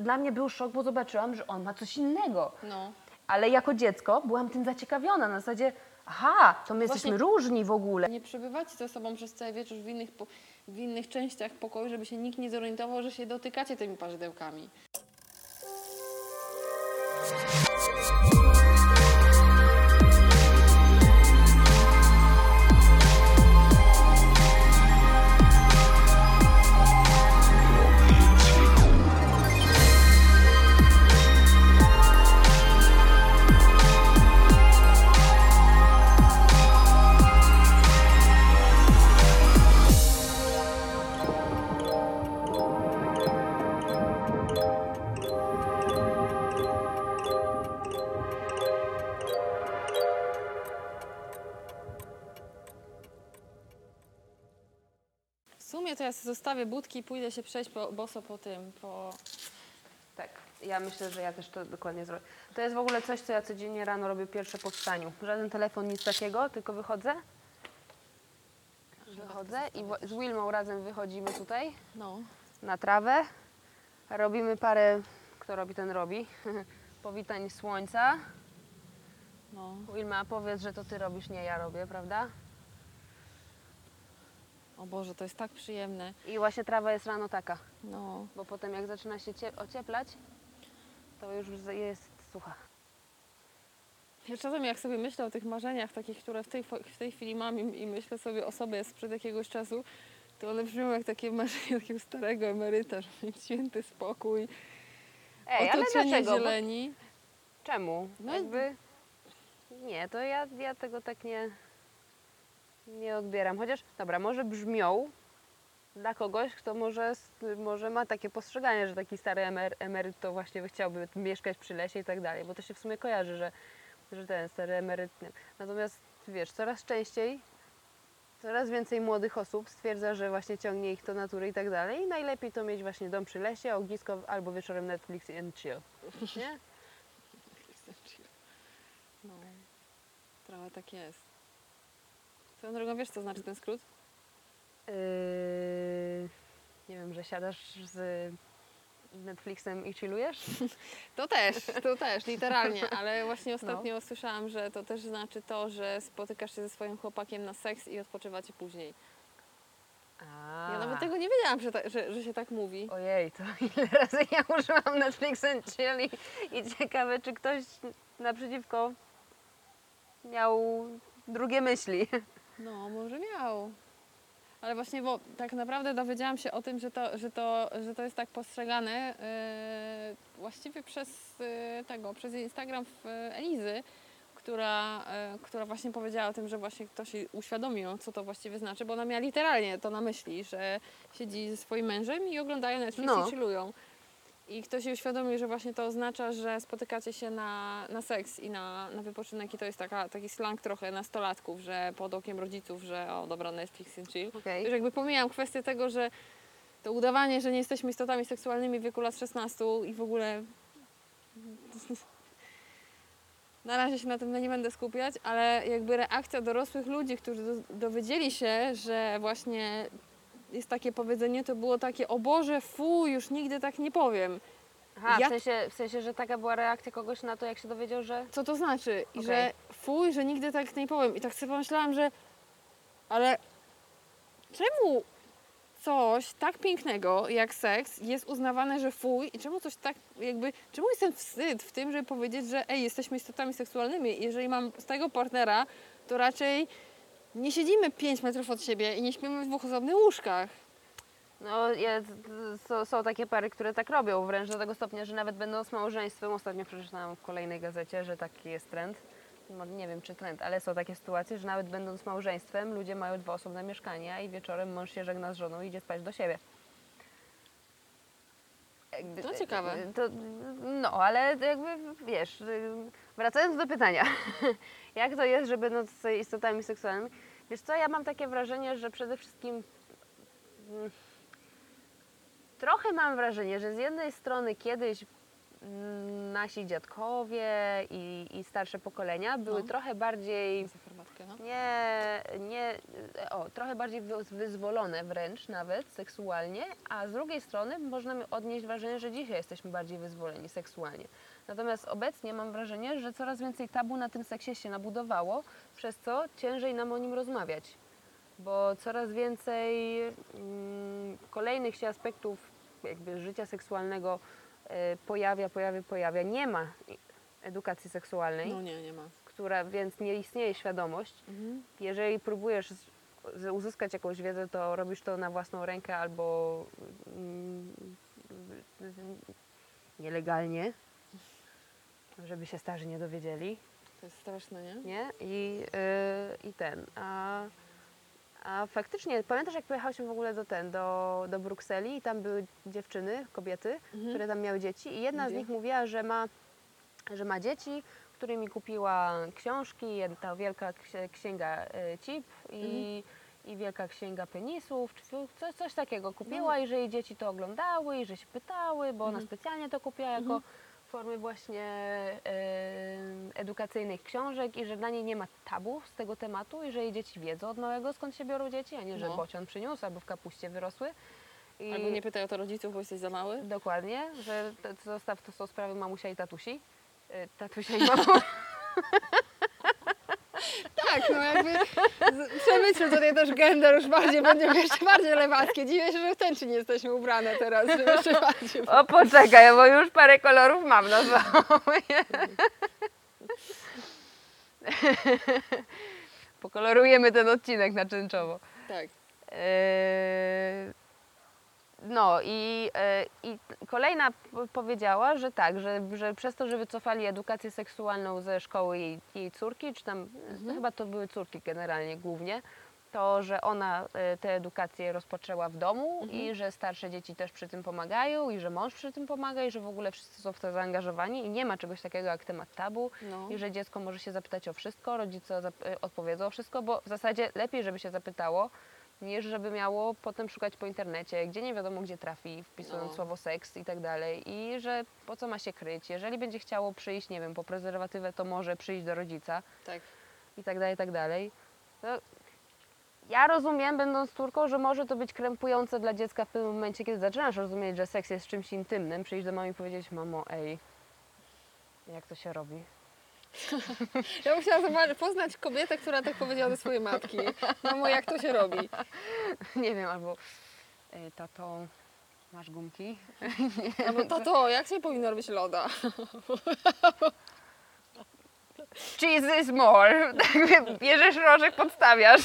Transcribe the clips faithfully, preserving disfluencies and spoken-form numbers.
dla mnie był szok, bo zobaczyłam, że on ma coś innego. No. Ale jako dziecko byłam tym zaciekawiona, na zasadzie, aha, to my jesteśmy Właśnie- różni w ogóle. Nie przebywacie ze sobą przez cały wieczór w innych, po- w innych częściach pokoju, żeby się nikt nie zorientował, że się dotykacie tymi parzydełkami. W sumie to ja sobie zostawię budki i pójdę się przejść po, boso po tym, po... Tak, ja myślę, że ja też to dokładnie zrobię. To jest w ogóle coś, co ja codziennie rano robię pierwsze po wstaniu. Żaden telefon, nic takiego, tylko wychodzę. Wychodzę i wo- z Wilmą razem wychodzimy tutaj No. na trawę. Robimy parę, kto robi, ten robi, powitań słońca. No. Wilma, powiedz, że to ty robisz, nie ja robię, prawda? O Boże, to jest tak przyjemne. I właśnie trawa jest rano taka, No. bo potem jak zaczyna się cie- ocieplać, to już jest sucha. Ja czasem jak sobie myślę o tych marzeniach takich, które w tej, fo- w tej chwili mam i, i myślę sobie o sobie sprzed jakiegoś czasu, to one brzmią jak takie marzenia takiego starego emeryta, żeby mieć święty spokój, Ej, ale otoczenie dlaczego? Bo zieleni. czemu? No- Jakby... Nie, to ja, ja tego tak nie, nie odbieram. Chociaż, dobra, może brzmią dla kogoś, kto może, s- może ma takie postrzeganie, że taki stary emer, emeryt to właśnie by chciałby mieszkać przy lesie i tak dalej, bo to się w sumie kojarzy, że, że ten stary emeryt... nie. Natomiast wiesz, coraz częściej, coraz więcej młodych osób stwierdza, że właśnie ciągnie ich do natury i tak dalej i najlepiej to mieć właśnie dom przy lesie, ognisko albo wieczorem Netflix and chill, nie? No. Trochę tak jest. Swoją drogą, wiesz co znaczy ten skrót? Yy, nie wiem, że siadasz z Netflixem i chillujesz? To też, to też, literalnie, ale właśnie ostatnio słyszałam, że to też znaczy to, że spotykasz się ze swoim chłopakiem na seks i odpoczywacie później. A. Ja nawet tego nie wiedziałam, że, ta, że, że się tak mówi. Ojej, to ile razy ja użyłam Netflix and chill i, i ciekawe, czy ktoś naprzeciwko miał drugie myśli. No, może miał. Ale właśnie, bo tak naprawdę dowiedziałam się o tym, że to, że to, że to jest tak postrzegane yy, właściwie przez yy, tego, przez Instagram w Elizy, która, yy, która właśnie powiedziała o tym, że właśnie ktoś jej uświadomił, co to właściwie znaczy, bo ona miała literalnie to na myśli, że siedzi ze swoim mężem i oglądają Netflix No. i chillują. I ktoś jej uświadomił, że właśnie to oznacza, że spotykacie się na, na seks i na, na wypoczynek i to jest taka, taki slang trochę nastolatków, że pod okiem rodziców, że o dobra, Netflix and chill. Okej. Już jakby pomijam kwestię tego, że to udawanie, że nie jesteśmy istotami seksualnymi w wieku lat szesnastu i w ogóle na razie się na tym nie będę skupiać, ale jakby reakcja dorosłych ludzi, którzy do, dowiedzieli się, że właśnie jest takie powiedzenie, to było takie, o Boże, fuj, już nigdy tak nie powiem. Aha, Ja- w, sensie, w sensie, że taka była reakcja kogoś na to, jak się dowiedział, że... Co to znaczy? I Okej. że fuj, że nigdy tak nie powiem. I tak sobie pomyślałam, że ale czemu coś tak pięknego jak seks jest uznawane, że fuj i czemu coś tak jakby, czemu jest ten wstyd w tym, żeby powiedzieć, że ej, jesteśmy istotami seksualnymi i jeżeli mam z tego partnera, to raczej nie siedzimy pięć metrów od siebie i nie śpimy w dwóch osobnych łóżkach. No, jest, są, są takie pary, które tak robią, wręcz do tego stopnia, że nawet będąc małżeństwem, ostatnio przeczytałam w kolejnej gazecie, że taki jest trend, no, nie wiem czy trend, ale są takie sytuacje, że nawet będąc małżeństwem, ludzie mają dwa osobne mieszkania i wieczorem mąż się żegna z żoną i idzie spać do siebie. Jakby, To ciekawe. To, no, ale jakby, wiesz, wracając do pytania, jak to jest, że będąc istotami seksualnymi, wiesz co, ja mam takie wrażenie, że przede wszystkim mm, trochę mam wrażenie, że z jednej strony kiedyś mm, nasi dziadkowie i, i starsze pokolenia były No. trochę bardziej Za formatkę, no. nie, nie, o, trochę bardziej wy- wyzwolone wręcz nawet seksualnie, a z drugiej strony można mi odnieść wrażenie, że dzisiaj jesteśmy bardziej wyzwoleni seksualnie. Natomiast obecnie mam wrażenie, że coraz więcej tabu na tym seksie się nabudowało, przez co ciężej nam o nim rozmawiać. Bo coraz więcej mm, kolejnych się aspektów jakby życia seksualnego e, pojawia, pojawia, pojawia. Nie ma edukacji seksualnej, No nie, nie ma. która, więc nie istnieje świadomość. Mhm. Jeżeli próbujesz z- z- uzyskać jakąś wiedzę, to robisz to na własną rękę albo mm, z- nielegalnie, żeby się starzy nie dowiedzieli, To jest straszne, nie? nie? I, yy, i ten. A, a faktycznie, pamiętasz jak pojechałyśmy w ogóle do ten, do, do Brukseli i tam były dziewczyny, kobiety, Mhm. które tam miały dzieci i jedna z Gdzie? nich mówiła, że ma, że ma dzieci, którymi kupiła książki, jed- ta wielka ksi- księga y, C I P i, i wielka księga penisów, czy coś, coś takiego kupiła i że jej dzieci to oglądały i że się pytały, bo ona Mhm. specjalnie to kupiła jako Mhm. formy właśnie y, edukacyjnych książek i że dla niej nie ma tabu z tego tematu i że jej dzieci wiedzą od małego skąd się biorą dzieci, a nie, że No. bocian przyniósł albo w kapuście wyrosły. I Albo nie pytaj o to rodziców, bo jesteś za mały. dokładnie, że to, to zostaw, to są sprawy mamusia i tatusi. Y, Tatusia i mamusia. Tak, no jakby z- przemyślmy tutaj też gender już bardziej, będziemy jeszcze bardziej lewackie. Dziwię się, że w tęczy nie jesteśmy ubrane teraz, żeby jeszcze bardziej. O, poczekaj, bo już parę kolorów mam na sobie. Pokolorujemy ten odcinek na tęczowo. Tak. Eee, No i, e, i kolejna p- powiedziała, że tak, że, że przez to, że wycofali edukację seksualną ze szkoły jej, jej córki, czy tam, Mhm. chyba to były córki generalnie głównie, to, że ona e, tę edukację rozpoczęła w domu Mhm. i że starsze dzieci też przy tym pomagają i że mąż przy tym pomaga i że w ogóle wszyscy są w to zaangażowani i nie ma czegoś takiego jak temat tabu No. i że dziecko może się zapytać o wszystko, rodzice zap- e, odpowiedzą o wszystko, bo w zasadzie lepiej, żeby się zapytało, niż żeby miało potem szukać po internecie, gdzie nie wiadomo gdzie trafi, wpisując No. słowo seks i tak dalej. I że po co ma się kryć. Jeżeli będzie chciało przyjść, nie wiem, po prezerwatywę, to może przyjść do rodzica Tak. i tak dalej, i tak dalej. No, ja rozumiem, będąc córką, że może to być krępujące dla dziecka w pewnym momencie, kiedy zaczynasz rozumieć, że seks jest czymś intymnym, przyjść do mamy i powiedzieć: mamo, ej, jak to się robi? Ja bym chciała zobaczyć, poznać kobietę, która tak powiedziała do swojej matki. Mamo, jak to się robi? Nie wiem, albo y, tato, masz gumki? Albo tato, jak się powinno robić loda? Cheese is more. Tak, bierzesz rożek, podstawiasz.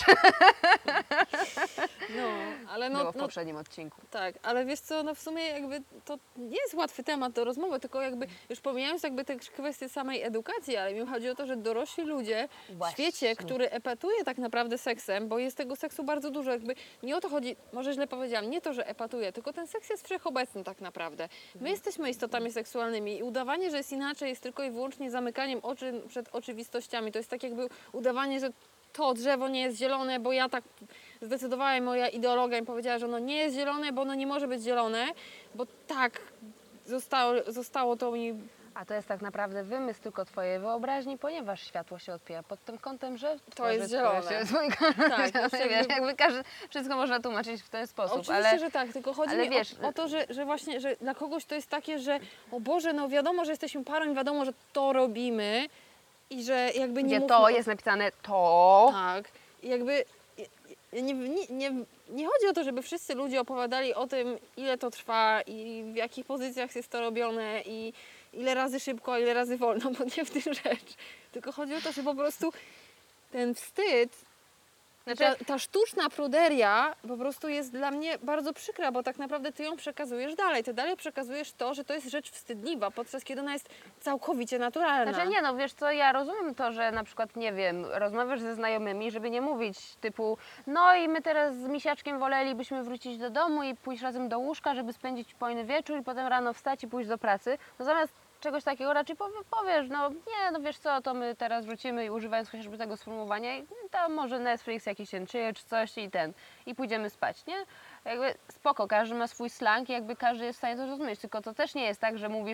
No, ale no, Było w no poprzednim odcinku. tak, ale wiesz co, no w sumie jakby to nie jest łatwy temat do rozmowy, tylko jakby już pomijając jakby te kwestie samej edukacji, ale mi chodzi o to, że dorośli ludzie w Właśnie. świecie, który epatuje tak naprawdę seksem, bo jest tego seksu bardzo dużo, jakby nie o to chodzi, może źle powiedziałam, nie to, że epatuje, tylko ten seks jest wszechobecny tak naprawdę. My jesteśmy istotami seksualnymi i udawanie, że jest inaczej, jest tylko i wyłącznie zamykaniem oczy przed oczywistościami. To jest tak jakby udawanie, że to drzewo nie jest zielone, bo ja tak zdecydowała i moja ideologia mi powiedziała, że ono nie jest zielone, bo ono nie może być zielone, bo tak zostało, zostało to mi... A to jest tak naprawdę wymysł tylko twojej wyobraźni, ponieważ światło się odbija pod tym kątem, że To jest zielone. Się, twój kolor, Tak, zielony, znaczy wiesz, jakby- jakby każdy, wszystko można tłumaczyć w ten sposób, Oczywiście, ale że tak, tylko chodzi ale mi wiesz, o, o to, że, że właśnie, że dla kogoś to jest takie, że o Boże, no wiadomo, że jesteśmy parą i wiadomo, że to robimy i że jakby nie gdzie mówmy to o- jest napisane to, Tak. I jakby nie, nie, nie, nie chodzi o to, żeby wszyscy ludzie opowiadali o tym, ile to trwa i w jakich pozycjach jest to robione i ile razy szybko, a ile razy wolno, bo nie w tym rzecz. Tylko chodzi o to, że po prostu ten wstyd, Znaczy- ta, ta sztuczna pruderia po prostu jest dla mnie bardzo przykra, bo tak naprawdę ty ją przekazujesz dalej. Ty dalej przekazujesz to, że to jest rzecz wstydliwa, podczas kiedy ona jest całkowicie naturalna. Znaczy nie, no wiesz co, ja rozumiem to, że na przykład, nie wiem, rozmawiasz ze znajomymi, żeby nie mówić typu no i my teraz z misiaczkiem wolelibyśmy wrócić do domu i pójść razem do łóżka, żeby spędzić spokojny wieczór i potem rano wstać i pójść do pracy. No zamiast czegoś takiego raczej powie, powiesz, no nie, no wiesz co, to my teraz wrócimy i używając chociażby tego sformułowania, i tam może Netflix jakiś się czyje czy coś i ten, i pójdziemy spać, nie? Jakby spoko, każdy ma swój slang i jakby każdy jest w stanie to zrozumieć, tylko to też nie jest tak, że mówisz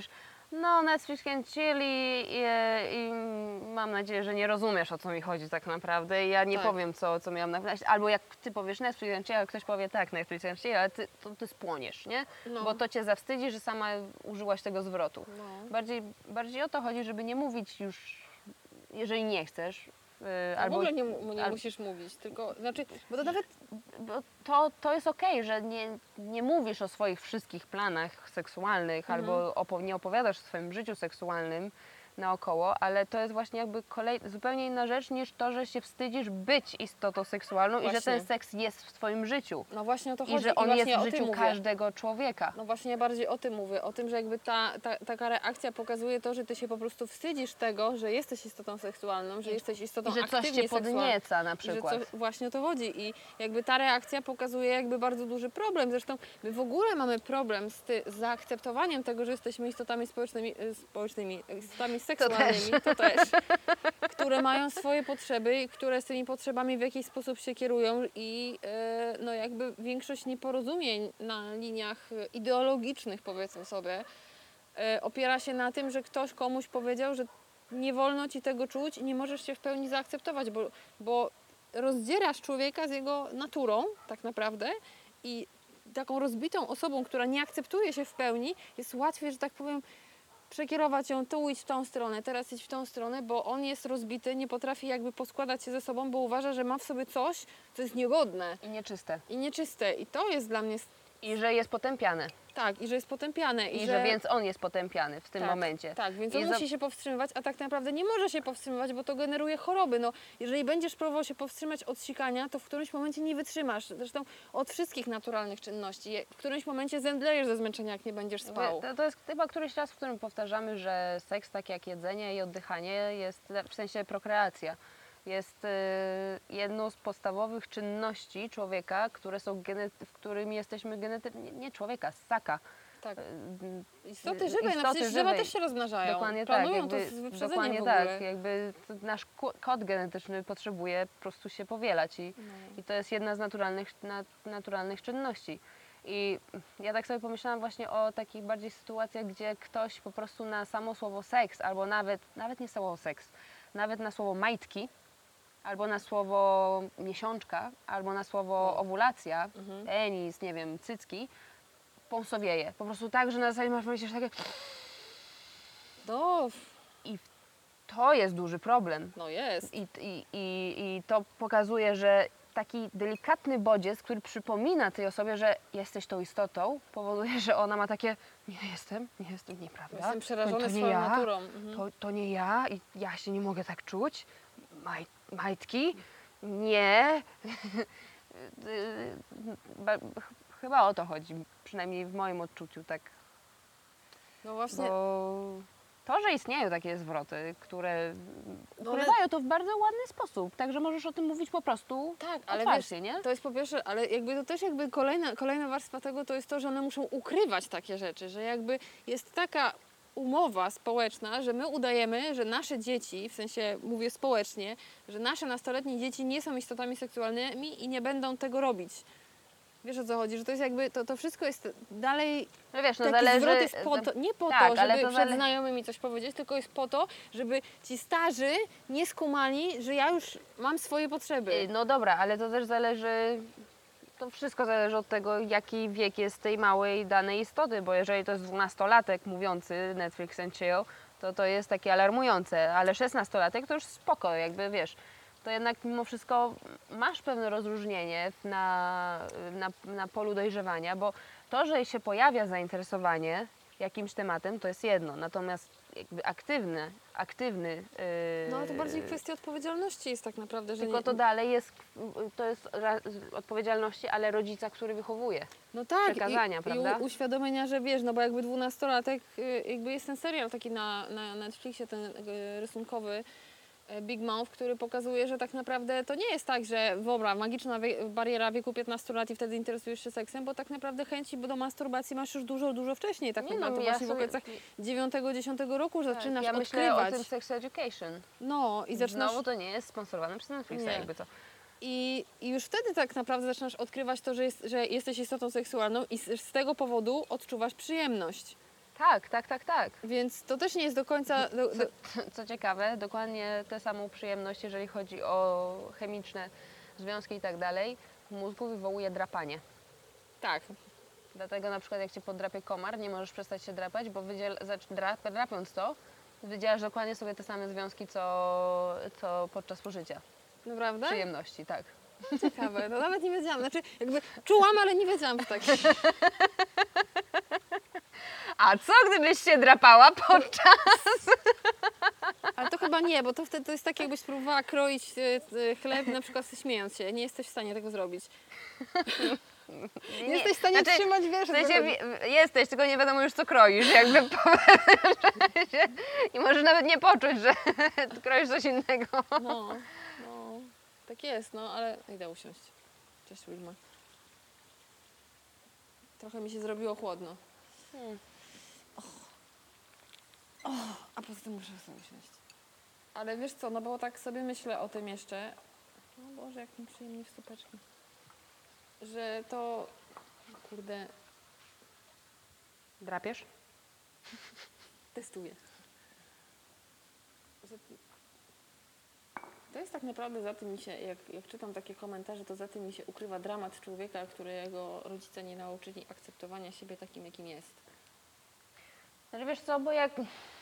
No, Netflix and chill i, i, i mam nadzieję, że nie rozumiesz, o co mi chodzi tak naprawdę. Ja nie Tak. powiem, co, co miałam na myśli. Albo jak ty powiesz Netflix and chill, a ktoś powie tak, Netflix and chill, ale ty, to ty spłoniesz, nie? No. Bo to cię zawstydzi, że sama użyłaś tego zwrotu. No. Bardziej, bardziej o to chodzi, żeby nie mówić już, jeżeli nie chcesz. Yy, W albo, ogóle nie, mu- nie al- musisz mówić, tylko, znaczy, bo to nawet, bo to, to jest okej, że nie, nie mówisz o swoich wszystkich planach seksualnych Mhm. albo opo- nie opowiadasz o swoim życiu seksualnym naokoło, ale to jest właśnie jakby kolej, zupełnie inna rzecz niż to, że się wstydzisz być istotą seksualną i że Właśnie. ten seks jest w twoim życiu no właśnie o to chodzi. i że on właśnie jest o w tym życiu mówię. każdego człowieka. No właśnie bardziej o tym mówię, o tym, że jakby ta, ta, taka reakcja pokazuje to, że ty się po prostu wstydzisz tego, że jesteś istotą seksualną, że jesteś istotą I że coś aktywnie cię seksualną. podnieca na I że przykład. co, właśnie o to chodzi. I jakby ta reakcja pokazuje jakby bardzo duży problem. Zresztą my w ogóle mamy problem z, ty, z zaakceptowaniem tego, że jesteśmy istotami społecznymi, y, społecznymi istotami seksualnymi, to też, które mają swoje potrzeby i które z tymi potrzebami w jakiś sposób się kierują i e, no jakby większość nieporozumień na liniach e, ideologicznych, powiedzmy sobie, e, opiera się na tym, że ktoś komuś powiedział, że nie wolno ci tego czuć i nie możesz się w pełni zaakceptować, bo, bo rozdzierasz człowieka z jego naturą tak naprawdę i taką rozbitą osobą, która nie akceptuje się w pełni, jest łatwiej, że tak powiem, przekierować ją, tu idź w tą stronę, teraz idź w tą stronę, bo on jest rozbity, nie potrafi jakby poskładać się ze sobą, bo uważa, że ma w sobie coś, co jest niegodne I nieczyste. i nieczyste. I to jest dla mnie s- I że jest potępiane. tak, i że jest potępiane. I, że więc on jest potępiany w tym tak, momencie. Tak, więc I on za- musi się powstrzymywać, a tak naprawdę nie może się powstrzymywać, bo to generuje choroby. No, jeżeli będziesz próbował się powstrzymać od sikania, to w którymś momencie nie wytrzymasz. Zresztą od wszystkich naturalnych czynności. Je- W którymś momencie zemdlejesz ze zmęczenia, jak nie będziesz spał. To, to jest chyba któryś raz, w którym powtarzamy, że seks, tak jak jedzenie i oddychanie, jest w sensie prokreacja. Jest y, jedną z podstawowych czynności człowieka, które są gene, w którymi jesteśmy genetycznie, nie, nie człowieka, ssaka. Tak. Y, Istoty żywej, no istoty przecież drzewa żywej. też się rozmnażają. Dokładnie tak, Planują jakby, to z wyprzedzeniem dokładnie w ogóle. tak, jakby t- nasz ko- kod genetyczny potrzebuje po prostu się powielać i, No. i to jest jedna z naturalnych, nat, naturalnych czynności. I ja tak sobie pomyślałam właśnie o takich bardziej sytuacjach, gdzie ktoś po prostu na samo słowo seks, albo nawet, nawet nie słowo seks, nawet na słowo majtki, albo na słowo miesiączka, albo na słowo owulacja, Mhm. penis, nie wiem, cycki, pąsowieje. Po prostu tak, że na zasadzie masz myśleć takie, No, to jest duży problem. no jest. I, i, i, I to pokazuje, że taki delikatny bodziec, który przypomina tej osobie, że jesteś tą istotą, powoduje, że ona ma takie, nie jestem, nie jestem, nieprawda. Jestem to, przerażony to nie swoją ja, naturą. Mhm. To, to nie ja i ja się nie mogę tak czuć. Maj, majtki? Nie. Ba- Chyba o to chodzi, przynajmniej w moim odczuciu, tak. No właśnie. Bo to, że istnieją takie zwroty, które No ale- ukrywają to w bardzo ładny sposób, także możesz o tym mówić po prostu Tak, ale otwarcie, wiesz, nie? to jest po pierwsze, ale jakby to też jakby kolejna, kolejna warstwa tego to jest to, że one muszą ukrywać takie rzeczy, że jakby jest taka umowa społeczna, że my udajemy, że nasze dzieci, w sensie mówię społecznie, że nasze nastoletnie dzieci nie są istotami seksualnymi i nie będą tego robić. Wiesz o co chodzi, że to jest jakby, to, to wszystko jest dalej, No wiesz, no taki zależy... zwrot jest po to, nie po tak, to, ale żeby to przed zale- znajomymi coś powiedzieć, tylko jest po to, żeby ci starzy nie skumali, że ja już mam swoje potrzeby. Y, No dobra, ale to też zależy... To wszystko zależy od tego, jaki wiek jest tej małej danej istoty, bo jeżeli to jest dwunastolatek mówiący Netflix and chill, to to jest takie alarmujące, ale szesnastolatek to już spoko, jakby wiesz, to jednak mimo wszystko masz pewne rozróżnienie w- na, na, na polu dojrzewania, bo to, że się pojawia zainteresowanie jakimś tematem, to jest jedno, natomiast jakby aktywny, aktywny... Yy, No ale to bardziej kwestia odpowiedzialności jest tak naprawdę, że tylko nie, to dalej jest, to jest ra- odpowiedzialności, ale rodzica, który wychowuje. no tak, przekazania, i, prawda? i u- uświadomienia, że wiesz, no bo jakby dwunastolatek, y, jakby jest ten serial taki na, na Netflixie, ten y, rysunkowy y, Big Mouth, który pokazuje, że tak naprawdę to nie jest tak, że dobra, magiczna wie, bariera wieku piętnastu lat i wtedy interesujesz się seksem, bo tak naprawdę chęci do masturbacji masz już dużo, dużo wcześniej, tak Nie, no, naprawdę ja właśnie w sobie- okolicach dziewiątego dziesiątego roku zaczynasz ja myślę o odkrywać. tym Sex Education. No i zaczynasz... Znowu to nie jest sponsorowane przez Netflixa, Nie. jakby co. I, I już wtedy tak naprawdę zaczynasz odkrywać to, że, jest, że jesteś istotą seksualną i z, z tego powodu odczuwasz przyjemność. Tak, tak, tak, tak. Więc to też nie jest do końca... Do, do... Co ciekawe, dokładnie tę samą przyjemność, jeżeli chodzi o chemiczne związki i tak dalej, w mózgu wywołuje drapanie. Tak. Dlatego na przykład jak cię podrapie komar, nie możesz przestać się drapać, bo wydziel, zacz- drap, drapiąc to, wydzielasz dokładnie sobie te same związki, co, co podczas pożycia. Naprawdę? Przyjemności, tak. Ciekawe, no nawet nie wiedziałam. Znaczy, jakby czułam, ale nie wiedziałam, że tak. A co gdybyś się drapała podczas... Ale to chyba nie, bo to wtedy to jest tak, jakbyś próbowała kroić e, e, chleb, na przykład śmiejąc się. Nie jesteś w stanie tego zrobić. Nie, jesteś w stanie znaczy, trzymać, wiesz, w sensie co wi- jesteś, tylko nie wiadomo już co kroisz, jakby po pewnym czasie. I możesz nawet nie poczuć, że kroisz coś innego. No, no, tak jest, no, ale idę usiąść. Cześć, Wilma. Trochę mi się zrobiło chłodno. Hmm. O, a poza tym muszę sobie usiąść. Ale wiesz co, no bo tak sobie myślę o tym jeszcze. No Boże, jak mi przyjemnie w stópeczki. Że to, kurde, Drapiesz? testuję. Że to jest tak naprawdę za tym mi się, jak, jak czytam takie komentarze, to za tym mi się ukrywa dramat człowieka, którego rodzice nie nauczyli akceptowania siebie takim, jakim jest. Znaczy wiesz co, bo jak...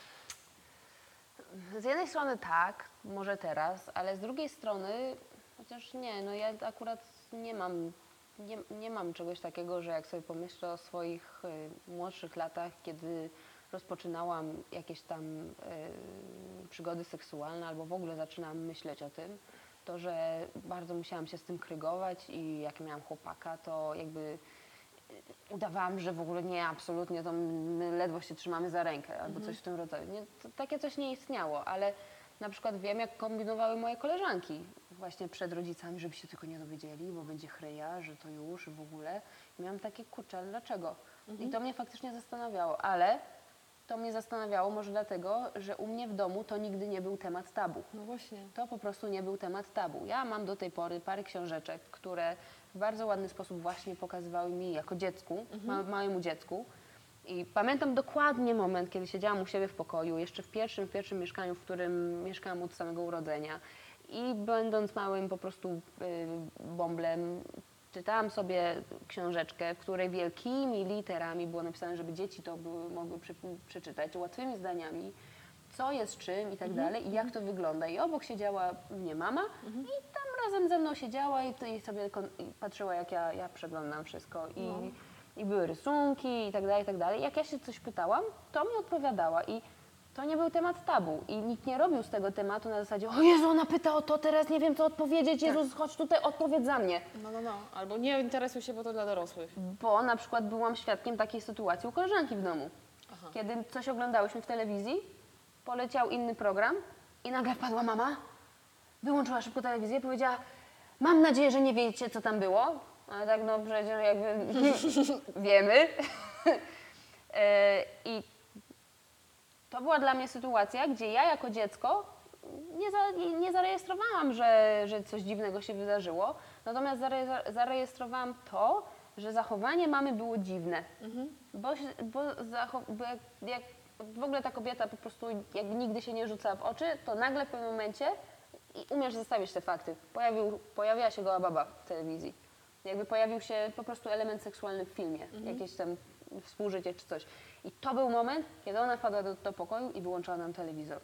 Z jednej strony tak, może teraz, ale z drugiej strony, chociaż nie, no ja akurat nie mam, nie, nie mam czegoś takiego, że jak sobie pomyślę o swoich y, młodszych latach, kiedy rozpoczynałam jakieś tam y, przygody seksualne albo w ogóle zaczynam myśleć o tym, to że bardzo musiałam się z tym krygować i jak miałam chłopaka, to jakby udawałam, że w ogóle nie, absolutnie, to my ledwo się trzymamy za rękę albo coś w tym rodzaju. Nie, to, takie coś nie istniało, ale na przykład wiem, jak kombinowały moje koleżanki właśnie przed rodzicami, żeby się tylko nie dowiedzieli, bo będzie chryja, że to już w ogóle. I miałam takie, kurczę, ale dlaczego? I to mnie faktycznie zastanawiało, ale to mnie zastanawiało może dlatego, że u mnie w domu to nigdy nie był temat tabu. No właśnie. To po prostu nie był temat tabu. Ja mam do tej pory parę książeczek, które w bardzo ładny sposób właśnie pokazywały mi jako dziecku, ma, małemu dziecku. I pamiętam dokładnie moment, kiedy siedziałam u siebie w pokoju, jeszcze w pierwszym, w pierwszym mieszkaniu, w którym mieszkałam od samego urodzenia. I będąc małym po prostu y, bąblem, czytałam sobie książeczkę, w której wielkimi literami było napisane, żeby dzieci to były, mogły przy, przeczytać, łatwymi zdaniami, co jest czym i tak dalej, i jak to wygląda. I obok siedziała mnie mama i tam razem ze mną siedziała i, i sobie kon- i patrzyła, jak ja, ja przeglądam wszystko. I, No. I były rysunki i tak dalej, i tak dalej. Jak ja się coś pytałam, to mi odpowiadała. I to nie był temat tabu. I nikt nie robił z tego tematu na zasadzie, o Jezu, ona pyta o to, teraz nie wiem, co odpowiedzieć, Jezus, chodź tutaj, odpowiedz za mnie. No, no, no. Albo nie interesuj się, bo to dla dorosłych. Bo na przykład byłam świadkiem takiej sytuacji u koleżanki w domu. Aha. Kiedy coś oglądałyśmy w telewizji, poleciał inny program i nagle wpadła mama, wyłączyła szybko telewizję i powiedziała, mam nadzieję, że nie wiecie, co tam było. Ale tak, no przecież jakby wiemy. E, I to była dla mnie sytuacja, gdzie ja jako dziecko nie, za, nie zarejestrowałam, że, że coś dziwnego się wydarzyło. Natomiast zare, zarejestrowałam to, że zachowanie mamy było dziwne. Bo, się- bo, zacho- bo jak, jak w ogóle ta kobieta po prostu jakby nigdy się nie rzucała w oczy, to nagle w pewnym momencie, i umiesz zestawić te fakty, pojawił, pojawiła się goła baba w telewizji. Jakby pojawił się po prostu element seksualny w filmie, jakieś tam współżycie czy coś. I to był moment, kiedy ona wpadła do, do pokoju i wyłączyła nam telewizor.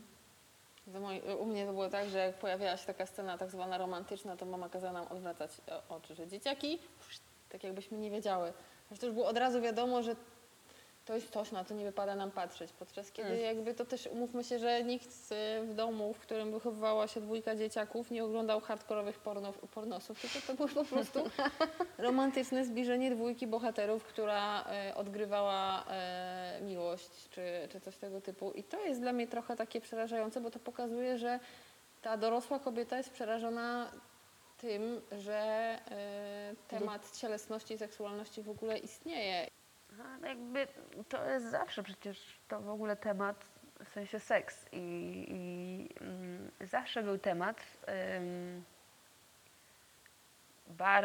Za moi, u mnie to było tak, że jak pojawiała się taka scena tak zwana romantyczna, to mama kazała nam odwracać e, oczy, że dzieciaki, tak jakbyśmy nie wiedziały. Że to już było od razu wiadomo, że to jest coś, na co nie wypada nam patrzeć. Podczas kiedy Mm. jakby to też, umówmy się, że nikt e, w domu, w którym wychowywała się dwójka dzieciaków, nie oglądał hardkorowych pornów, pornosów, tylko to było po prostu romantyczne zbliżenie dwójki bohaterów, która e, odgrywała e, miłość czy, czy coś tego typu. I to jest dla mnie trochę takie przerażające, bo to pokazuje, że ta dorosła kobieta jest przerażona tym, że e, temat cielesności i seksualności w ogóle istnieje. Ale jakby to jest zawsze przecież to w ogóle temat, w sensie seks i, i mm, zawsze był temat ym,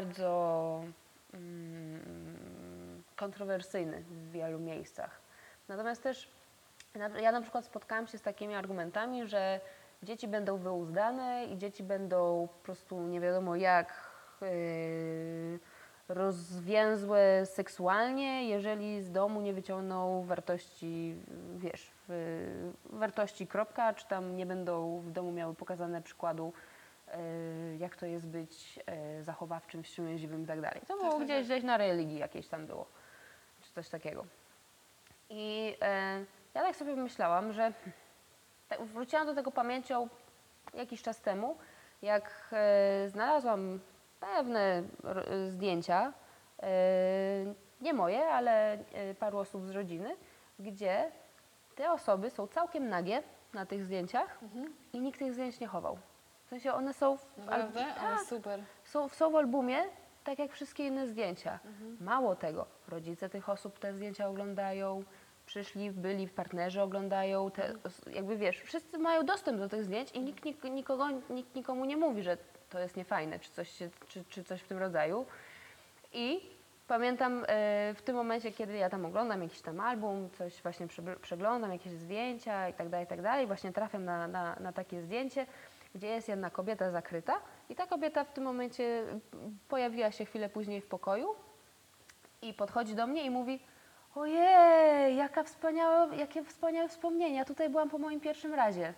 bardzo mm, kontrowersyjny w wielu miejscach. Natomiast też na- ja na przykład spotkałam się z takimi argumentami, że dzieci będą wyuzdane i dzieci będą po prostu nie wiadomo jak yy, rozwięzłe seksualnie, jeżeli z domu nie wyciągną wartości, wiesz, w, wartości kropka, czy tam nie będą w domu miały pokazane przykładu, yy, jak to jest być yy, zachowawczym, wstrzemięźliwym i tak dalej. To było tak, gdzieś, tak. gdzieś na religii jakieś tam było, czy coś takiego. I e, ja tak sobie myślałam, że tak wróciłam do tego pamięcią jakiś czas temu, jak e, znalazłam pewne ro- zdjęcia, e, nie moje, ale e, paru osób z rodziny, gdzie te osoby są całkiem nagie na tych zdjęciach i nikt tych zdjęć nie chował. W sensie one są w, al- Naprawdę? Ale tak, super. są, są w albumie, tak jak wszystkie inne zdjęcia. Mało tego, rodzice tych osób te zdjęcia oglądają, przyszli, byli, partnerzy oglądają, te, jakby wiesz, wszyscy mają dostęp do tych zdjęć i nikt, nik- nikogo, nikt nikomu nie mówi, że to jest niefajne, czy coś, się, czy, czy coś w tym rodzaju. I pamiętam e, w tym momencie, kiedy ja tam oglądam jakiś tam album, coś właśnie przebr- przeglądam, jakieś zdjęcia i tak dalej, i tak dalej, właśnie trafiam na, na, na takie zdjęcie, gdzie jest jedna kobieta zakryta i ta kobieta w tym momencie m, pojawiła się chwilę później w pokoju i podchodzi do mnie i mówi: ojej, jaka wspaniała, jakie wspaniałe wspomnienia, tutaj byłam po moim pierwszym razie.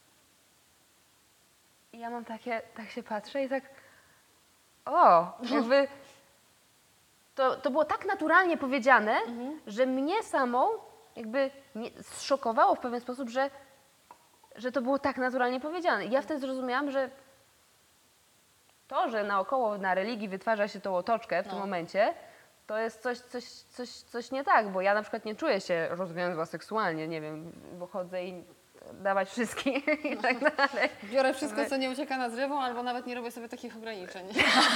I ja mam takie, tak się patrzę i tak, o, jakby to, to było tak naturalnie powiedziane, że mnie samą jakby nie, zszokowało w pewien sposób, że, że to było tak naturalnie powiedziane. I ja wtedy zrozumiałam, że to, że naokoło na religii wytwarza się tą otoczkę w tym No. momencie, to jest coś, coś, coś, coś nie tak, bo ja na przykład nie czuję się rozwiązła seksualnie, nie wiem, bo chodzę i dawać wszystkich i tak dalej. Biorę wszystko, co nie ucieka na drzewo, albo nawet nie robię sobie takich ograniczeń.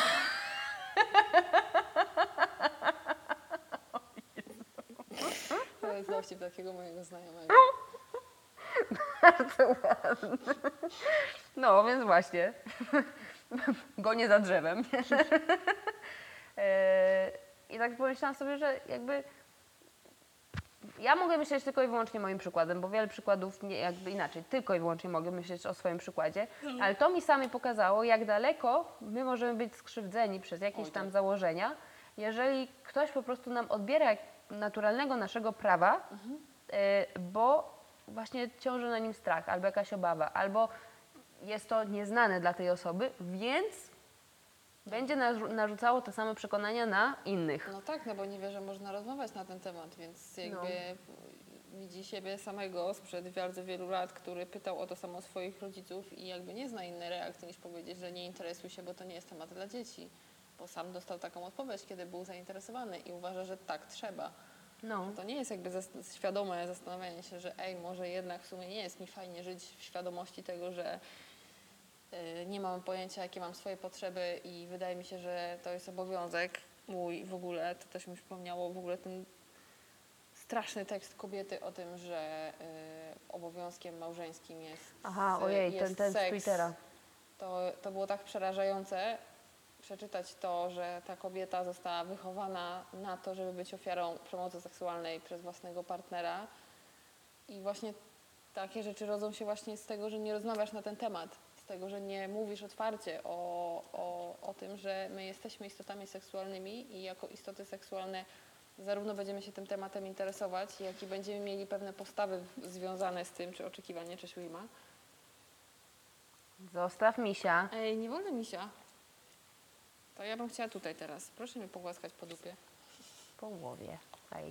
To jest dowcip takiego mojego znajomego. Bardzo ładne. No, więc właśnie. Gonię za drzewem. E, I tak pomyślałam sobie, że jakby ja mogę myśleć tylko i wyłącznie moim przykładem, bo wiele przykładów nie, jakby inaczej, tylko i wyłącznie mogę myśleć o swoim przykładzie, ale to mi sami pokazało, jak daleko my możemy być skrzywdzeni przez jakieś Oj, tam tak. założenia, jeżeli ktoś po prostu nam odbiera jak naturalnego naszego prawa, e, bo właśnie ciąży na nim strach, albo jakaś obawa, albo jest to nieznane dla tej osoby, więc będzie narzu- narzucało te same przekonania na innych. No tak, no bo nie wie, że można rozmawiać na ten temat, więc jakby No. widzi siebie samego sprzed bardzo wielu lat, który pytał o to samo swoich rodziców i jakby nie zna innej reakcji niż powiedzieć, że nie interesuje się, bo to nie jest temat dla dzieci. Bo sam dostał taką odpowiedź, kiedy był zainteresowany i uważa, że tak trzeba. No. To nie jest jakby zas- świadome zastanawianie się, że ej, może jednak w sumie nie jest mi fajnie żyć w świadomości tego, że y, nie mam pojęcia, jakie mam swoje potrzeby i wydaje mi się, że to jest obowiązek mój w ogóle. To też mi przypomniało w ogóle ten straszny tekst kobiety o tym, że y, obowiązkiem małżeńskim jest Aha, y, ojej, jest ten, ten z seks. Twittera. To, to było tak przerażające przeczytać to, że ta kobieta została wychowana na to, żeby być ofiarą przemocy seksualnej przez własnego partnera. I właśnie takie rzeczy rodzą się właśnie z tego, że nie rozmawiasz na ten temat, z tego, że nie mówisz otwarcie o, o, o tym, że my jesteśmy istotami seksualnymi i jako istoty seksualne zarówno będziemy się tym tematem interesować, jak i będziemy mieli pewne postawy w- związane z tym, czy oczekiwanie, czy Wilma. Zostaw misia. Ej, nie wolno misia. To ja bym chciała tutaj teraz. Proszę mnie pogłaskać po dupie. Po głowie. Ej.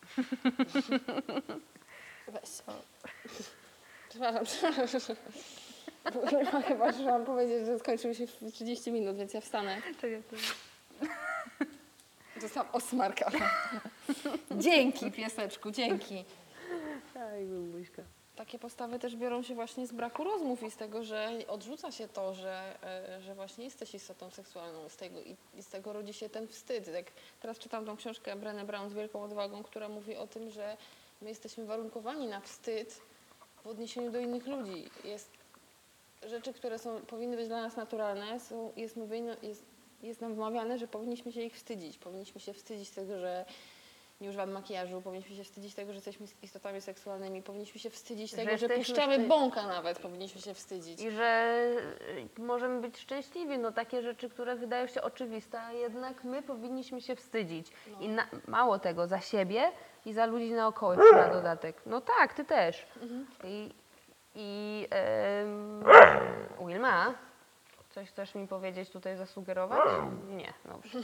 Weź. Przepraszam, przepraszam. Chyba, chyba trzeba powiedzieć, że skończyły się w trzydzieści minut, więc ja wstanę. Czekaj, to... Zostałam osmarkana. Dzięki, pieseczku, dzięki. Aj, buźka. Takie postawy też biorą się właśnie z braku rozmów i z tego, że odrzuca się to, że, e, że właśnie jesteś istotą seksualną z tego, i, i z tego rodzi się ten wstyd. Jak teraz czytam tą książkę Brené Brown z wielką odwagą, która mówi o tym, że my jesteśmy warunkowani na wstyd w odniesieniu do innych ludzi. Jest rzeczy, które są, powinny być dla nas naturalne, są, jest, mówione, jest, jest nam wmawiane, że powinniśmy się ich wstydzić. Powinniśmy się wstydzić tego, że nie używamy makijażu, powinniśmy się wstydzić tego, że jesteśmy istotami seksualnymi, powinniśmy się wstydzić Że tego, że, jesteśmy puszczamy szczę- bąka nawet, powinniśmy się wstydzić. I że y, możemy być szczęśliwi, no takie rzeczy, które wydają się oczywiste, a jednak my powinniśmy się wstydzić. No. I na, mało tego, za siebie i za ludzi naokoło jeszcze na dodatek. No tak, ty też. Mhm. I, i em, Wilma, coś chcesz mi powiedzieć tutaj, zasugerować? Nie, dobrze.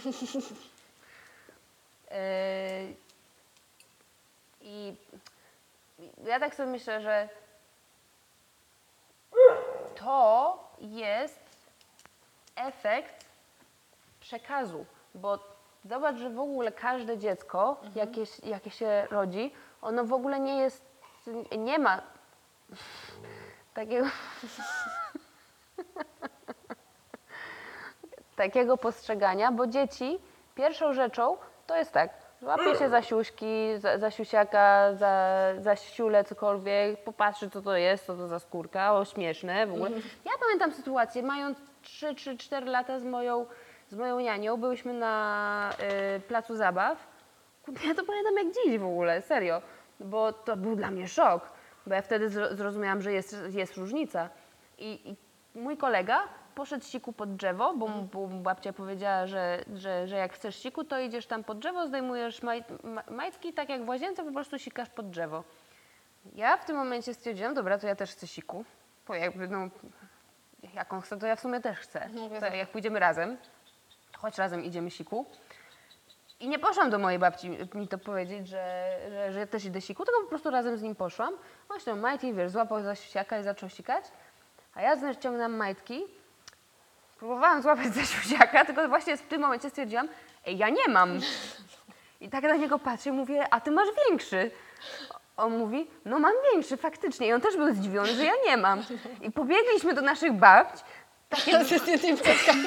E, I ja tak sobie myślę, że to jest efekt przekazu, bo zobacz, że w ogóle każde dziecko, jakie, jakie się rodzi, ono w ogóle nie jest, nie ma takiego, takiego postrzegania, bo dzieci pierwszą rzeczą to jest tak, złapie się za siuśki, za, za siusiaka, za, za siulę, cokolwiek, popatrzy co to jest, co to za skórka, o śmieszne w ogóle. Ja pamiętam sytuację, mając trzy czy cztery lata z moją, z moją nianią, byłyśmy na y, placu zabaw. Kurde, ja to pamiętam jak dziś w ogóle, serio, bo to był dla mnie szok, bo ja wtedy zro- zrozumiałam, że jest, jest różnica. I, I mój kolega poszedł siku pod drzewo, bo, mu- bo mu babcia powiedziała, że, że, że jak chcesz siku, to idziesz tam pod drzewo, zdejmujesz maj, ma, majtki, tak jak w łazience, po prostu sikasz pod drzewo. Ja w tym momencie stwierdziłam, dobra, to ja też chcę siku, bo jakby, no, jak on chce, to ja w sumie też chcę. No, To wiadomo. jak pójdziemy razem, choć razem idziemy siku. I nie poszłam do mojej babci mi to powiedzieć, że, że, że ja też idę siku, tylko po prostu razem z nim poszłam. On się tam majtki, wiesz, złapał za siusiaka i zaczął sikać. A ja znów ciągnęłam majtki. Próbowałam złapać za siusiaka, tylko właśnie w tym momencie stwierdziłam, ej, ja nie mam. I tak na niego patrzę i mówię, a ty masz większy. On mówi, no mam większy, faktycznie. I on też był zdziwiony, że ja nie mam. I pobiegliśmy do naszych babć. Takie Z tymi płatkami.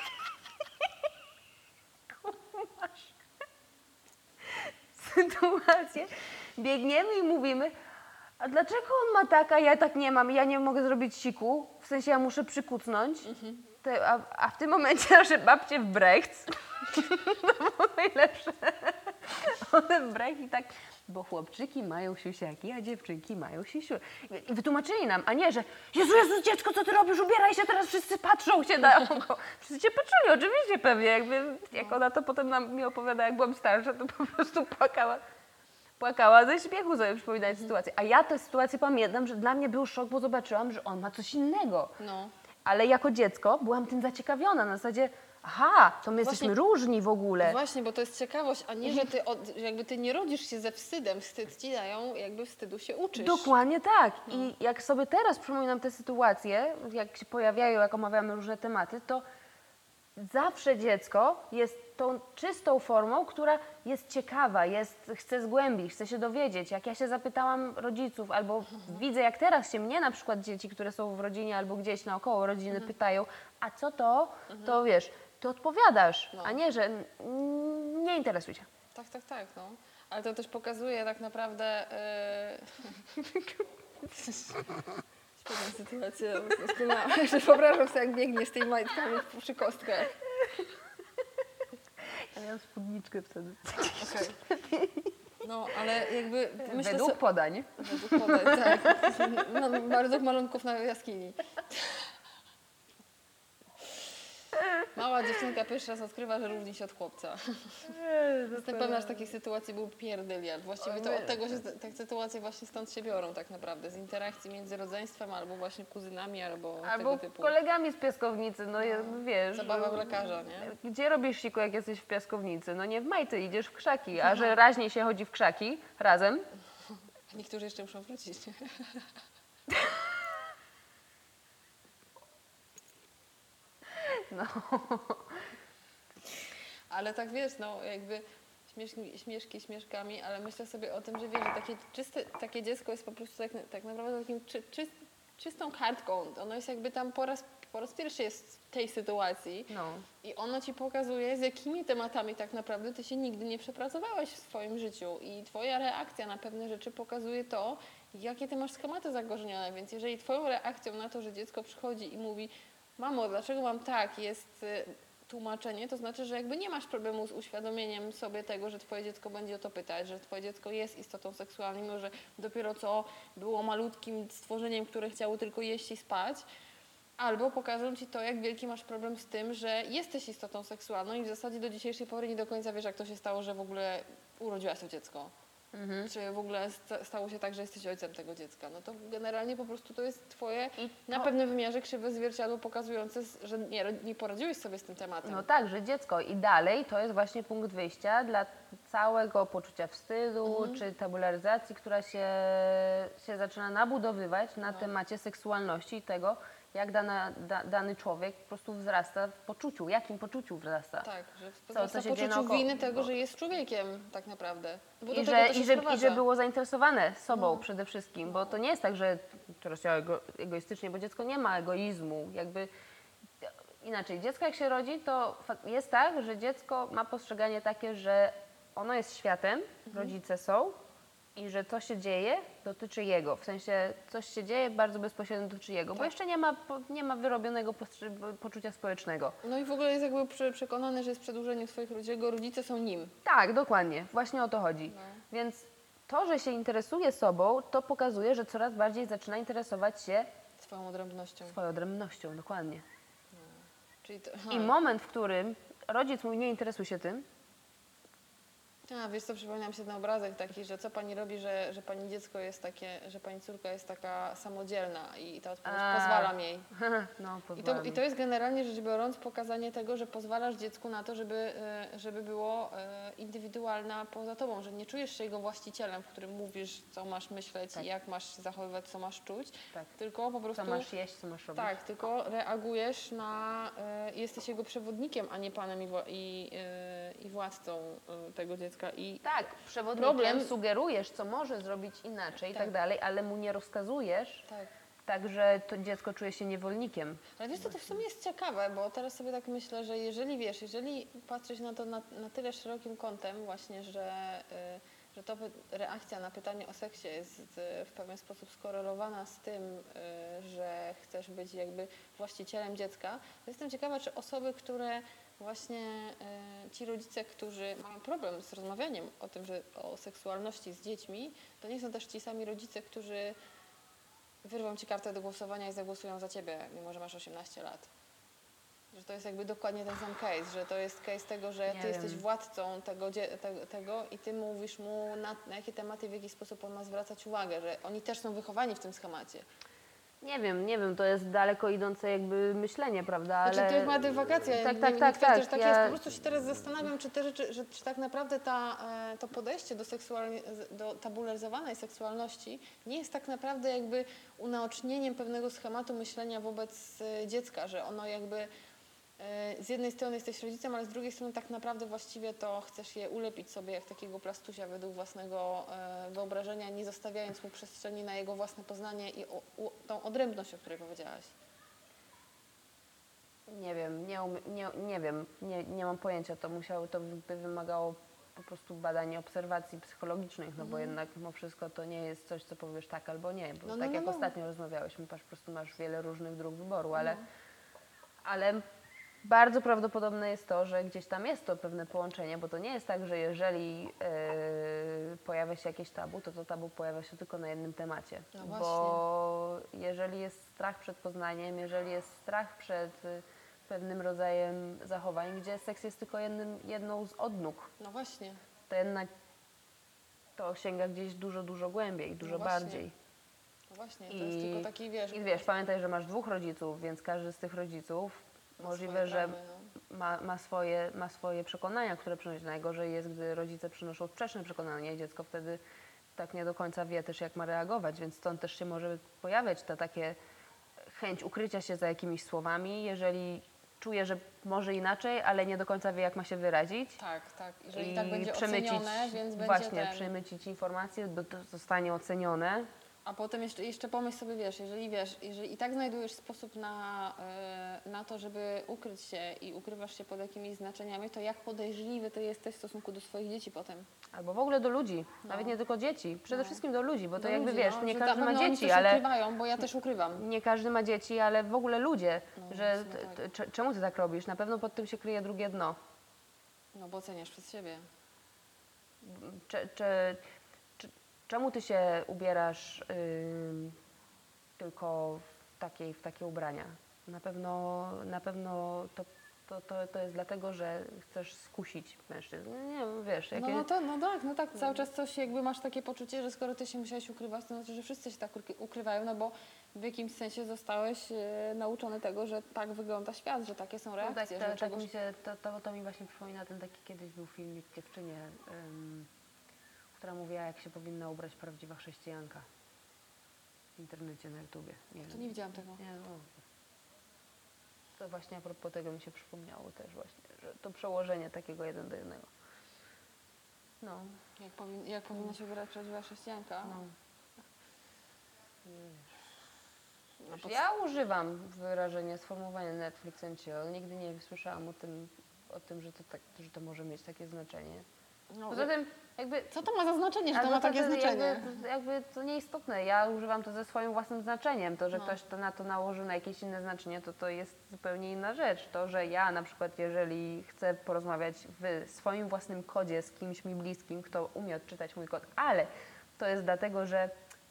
sytuację. Biegniemy i mówimy, a dlaczego on ma tak, a ja tak nie mam? Ja nie mogę zrobić siku, w sensie ja muszę przykucnąć. Te, a, a w tym momencie nasze babcie w Brecht, to było najlepsze. One w Brecht i tak, bo chłopczyki mają siusiaki, a dziewczynki mają sisiu. I wytłumaczyli nam, a nie, że Jezu, Jezu, dziecko, co ty robisz? Ubieraj się, teraz wszyscy patrzą się na oko. Wszyscy się patrzyli, oczywiście pewnie, jakby, jak ona to potem nam mi opowiada, jak byłam starsza, to po prostu płakała. Płakała ze śmiechu sobie przypominając sytuację. A ja tę sytuację pamiętam, że dla mnie był szok, bo zobaczyłam, że on ma coś innego. No. Ale jako dziecko byłam tym zaciekawiona, na zasadzie, aha, to my jesteśmy Właśnie- różni w ogóle. Właśnie, bo to jest ciekawość, a nie, że ty od, że jakby ty nie rodzisz się ze wstydem. Wstyd ci dają, jakby wstydu się uczysz. Dokładnie tak. I jak sobie teraz przypominam te sytuacje, jak się pojawiają, jak omawiamy różne tematy, to zawsze dziecko jest tą czystą formą, która jest ciekawa, jest, chce zgłębić, chce się dowiedzieć. Jak ja się zapytałam rodziców, albo widzę, jak teraz się mnie na przykład dzieci, które są w rodzinie albo gdzieś naokoło rodziny pytają, a co to, to wiesz, ty odpowiadasz, No. a nie, że mm, nie interesuj się. Tak, tak, tak, no. Ale to też pokazuje tak naprawdę... Yy... Świetna sytuacja, doskonała. Jeszcze wyobrażam sobie, jak biegnie z tymi majtkami przy kostkach. Ja miałam spódniczkę wtedy. Okej. No, ale jakby myślę Według sobie... podań. Według podań, tak. No, według malunków na jaskini. Mała dziewczynka pierwszy raz odkrywa, że różni się od chłopca. Jestem pewna, że takich sytuacji był pierdyliard. Właściwie to od tego się te sytuacje właśnie stąd się biorą tak naprawdę. Z interakcji między rodzeństwem albo właśnie kuzynami, albo, Albo tego typu. kolegami z piaskownicy, no, je- wiesz. Zabawa w lekarza, nie? Gdzie robisz siku, jak jesteś w piaskownicy? No nie w majty, idziesz w krzaki, a że raźniej się chodzi w krzaki razem. Niektórzy jeszcze muszą wrócić. No. Ale tak wiesz, no jakby śmieszki, śmieszki śmieszkami, ale myślę sobie o tym, że wiesz, że takie czyste, takie dziecko jest po prostu tak, tak naprawdę takim czy, czy, czystą kartką. Ono jest jakby tam po raz, po raz pierwszy jest w tej sytuacji No. i ono ci pokazuje, z jakimi tematami tak naprawdę ty się nigdy nie przepracowałaś w swoim życiu i twoja reakcja na pewne rzeczy pokazuje to, jakie ty masz schematy zakorzenione. Więc jeżeli twoją reakcją na to, że dziecko przychodzi i mówi: mamo, dlaczego mam tak, jest y, tłumaczenie, to znaczy, że jakby nie masz problemu z uświadomieniem sobie tego, że twoje dziecko będzie o to pytać, że twoje dziecko jest istotą seksualną, mimo że dopiero co było malutkim stworzeniem, które chciało tylko jeść i spać. Albo pokażą ci to, jak wielki masz problem z tym, że jesteś istotą seksualną i w zasadzie do dzisiejszej pory nie do końca wiesz, jak to się stało, że w ogóle urodziłaś to dziecko. Mhm. Czy w ogóle sta- stało się tak, że jesteś ojcem tego dziecka. No to generalnie po prostu to jest twoje I na to- pewnym wymiarze krzywe zwierciadło pokazujące, z- że nie, nie poradziłeś sobie z tym tematem. No tak, że dziecko i dalej to jest właśnie punkt wyjścia dla całego poczucia wstydu Mhm. czy tabularyzacji, która się, się zaczyna nabudowywać na No. temacie seksualności i tego, jak dana, da, dany człowiek po prostu wzrasta w poczuciu, jakim poczuciu wzrasta. Tak, że Co- co, co się dzieje poczuciu naokoło. winy tego, Bo- że jest człowiekiem tak naprawdę. Bo do I tego że, to się i, że, I sprowadza. że było zainteresowane sobą No. przede wszystkim, bo to nie jest tak, że teraz ja ego, egoistycznie, bo dziecko nie ma egoizmu, jakby inaczej, dziecko jak się rodzi, to fa- jest tak, że dziecko ma postrzeganie takie, że ono jest światem, rodzice są i że co się dzieje, dotyczy jego, w sensie coś się dzieje bardzo bezpośrednio dotyczy jego, bo Tak. jeszcze nie ma, po- nie ma wyrobionego postrze- poczucia społecznego. No i w ogóle jest jakby prze- przekonany, że jest przedłużeniem swoich rodziców, jego rodzice są nim. Tak, dokładnie, właśnie o to chodzi. No. Więc to, że się interesuje sobą, to pokazuje, że coraz bardziej zaczyna interesować się Swoją odrębnością. swoją odrębnością, dokładnie. Czyli to, I moment, w którym rodzic mówi, nie interesuj się tym, A, wiesz co, przypomniał mi się ten obrazek taki, że co pani robi, że, że pani dziecko jest takie, że pani córka jest taka samodzielna i ta odpowiedź A. pozwalam jej. no I to, pozwalam. I to jest generalnie rzecz biorąc pokazanie tego, że pozwalasz dziecku na to, żeby, e, żeby było e, indywidualna poza tobą, że nie czujesz się jego właścicielem, w którym mówisz, co masz myśleć Tak. i jak masz się zachowywać, co masz czuć, Tak. tylko po prostu... Co masz jeść, co masz robić. Tak, tylko reagujesz na... E, jesteś jego przewodnikiem, a nie panem i, wła- i, e, i władcą e, tego dziecka. I Tak, przewodnikiem Problem- sugerujesz, co może zrobić inaczej i tak. Tak. dalej, ale mu nie rozkazujesz, tak. tak że to dziecko czuje się niewolnikiem. Ale wiesz co, to w sumie jest ciekawe, bo teraz sobie tak myślę, że jeżeli wiesz, jeżeli patrzeć na to na, na tyle szerokim kątem właśnie, że, y, że to py- reakcja na pytanie o seksie jest y, w pewien sposób skorelowana z tym, y, że chcesz być jakby właścicielem dziecka, to jestem ciekawa, czy osoby, które właśnie y, ci rodzice, którzy mają problem z rozmawianiem o tym, że o seksualności z dziećmi, to nie są też ci sami rodzice, którzy wyrwą ci kartę do głosowania i zagłosują za ciebie, mimo że masz osiemnaście lat. Że to jest jakby dokładnie ten sam case, że to jest case tego, że Nie ty wiem. jesteś władcą tego, dzie- te, tego i ty mówisz mu na, na jakie tematy, w jaki sposób on ma zwracać uwagę, że oni też są wychowani w tym schemacie. Nie wiem, nie wiem, to jest daleko idące jakby myślenie, prawda, ale... Znaczy to jest moja dywagacja, Tak, nie, tak, nie tak, twierdzę, tak. że tak Ja- jest. Po prostu się teraz zastanawiam, czy te rzeczy, że, czy tak naprawdę ta, e, to podejście do, seksualni- do tabularyzowanej seksualności nie jest tak naprawdę jakby unaocznieniem pewnego schematu myślenia wobec e, dziecka, że ono jakby e, z jednej strony jesteś rodzicem, ale z drugiej strony tak naprawdę właściwie to chcesz je ulepić sobie jak takiego plastusia według własnego e, wyobrażenia, nie zostawiając mu przestrzeni na jego własne poznanie i o, u, tą odrębność, o której powiedziałaś. Nie wiem, nie, umie- nie, nie wiem, nie, nie mam pojęcia, to musiało, to by wymagało po prostu badań i obserwacji psychologicznych, no bo jednak mimo wszystko to nie jest coś, co powiesz tak albo nie, bo No, no, tak no, jak no. ostatnio rozmawiałyśmy, patrz, po prostu masz wiele różnych dróg wyboru, ale, No. ale bardzo prawdopodobne jest to, że gdzieś tam jest to pewne połączenie, bo to nie jest tak, że jeżeli e, pojawia się jakieś tabu, to to tabu pojawia się tylko na jednym temacie, No bo jeżeli jest strach przed poznaniem, jeżeli jest strach przed y, pewnym rodzajem zachowań, gdzie seks jest tylko jednym, jedną z odnóg, No właśnie. to jednak to sięga gdzieś dużo, dużo głębiej, dużo No właśnie. bardziej. No właśnie, to I- jest tylko taki, wiesz... I wiesz, pamiętaj, że masz dwóch rodziców, więc każdy z tych rodziców ma możliwe, swoje że bramy, no. ma, ma, swoje, ma swoje przekonania, które przynosi. Najgorzej jest, gdy rodzice przynoszą sprzeczne przekonania i dziecko wtedy tak nie do końca wie też, jak ma reagować, więc stąd też się może pojawiać ta takie chęć ukrycia się za jakimiś słowami, jeżeli czuje, że może inaczej, ale nie do końca wie, jak ma się wyrazić. Tak, tak. I że i tak będzie przemycić, ocenione, więc będzie właśnie, ten... przemycić informacje, bo to zostanie ocenione A potem jeszcze, jeszcze pomyśl sobie, wiesz, jeżeli wiesz, jeżeli i tak znajdujesz sposób na, y, na to, żeby ukryć się i ukrywasz się pod jakimiś znaczeniami, to jak podejrzliwy ty jesteś w stosunku do swoich dzieci potem. Albo w ogóle do ludzi, No. nawet nie tylko dzieci, przede No. wszystkim do ludzi, bo to Do jakby ludzi, wiesz, no, nie że każdy na ma pewno oni dzieci, też ale ukrywają, bo ja też ukrywam. nie każdy ma dzieci, ale w ogóle ludzie, No, że w sumie t- tak. t- cze- czemu ty tak robisz? Na pewno pod tym się kryje drugie dno. No bo oceniasz przez siebie. Cze, cze, cze, czemu ty się ubierasz ym, tylko w, takiej, w takie ubrania? Na pewno, na pewno to, to, to, to jest dlatego, że chcesz skusić mężczyzn. Nie wiem, wiesz, No, jakie... no, to, no tak, no tak, cały czas coś jakby masz takie poczucie, że skoro ty się musiałeś ukrywać, to znaczy, że wszyscy się tak ukry- ukrywają, no bo w jakimś sensie zostałeś e, nauczony tego, że tak wygląda świat, że takie są No tak, reakcje, to, że tak czegoś... mi się, to, to, to mi właśnie przypomina ten taki kiedyś był filmik dziewczynie, ym, która mówiła, jak się powinna ubrać prawdziwa chrześcijanka w internecie, na YouTubie. Nie To wiem. nie widziałam tego. Nie, no. To właśnie a propos tego mi się przypomniało też właśnie, że to przełożenie takiego jeden do jednego. No, Jak, powin, jak powinna się ubierać prawdziwa chrześcijanka? no. No, Wiesz, ja używam wyrażenia, sformułowania Netflix and chill. Nigdy nie słyszałam o tym, o tym że, to tak, że to może mieć takie znaczenie. no, Poza tym jakby... co to ma za znaczenie, że to albo ma takie że znaczenie? Jakby, jakby to nieistotne. Ja używam to ze swoim własnym znaczeniem. To, że No. ktoś to na to nałożył na jakieś inne znaczenie, to to jest zupełnie inna rzecz. To, że ja na przykład, jeżeli chcę porozmawiać w swoim własnym kodzie z kimś mi bliskim, kto umie odczytać mój kod, ale to jest dlatego, że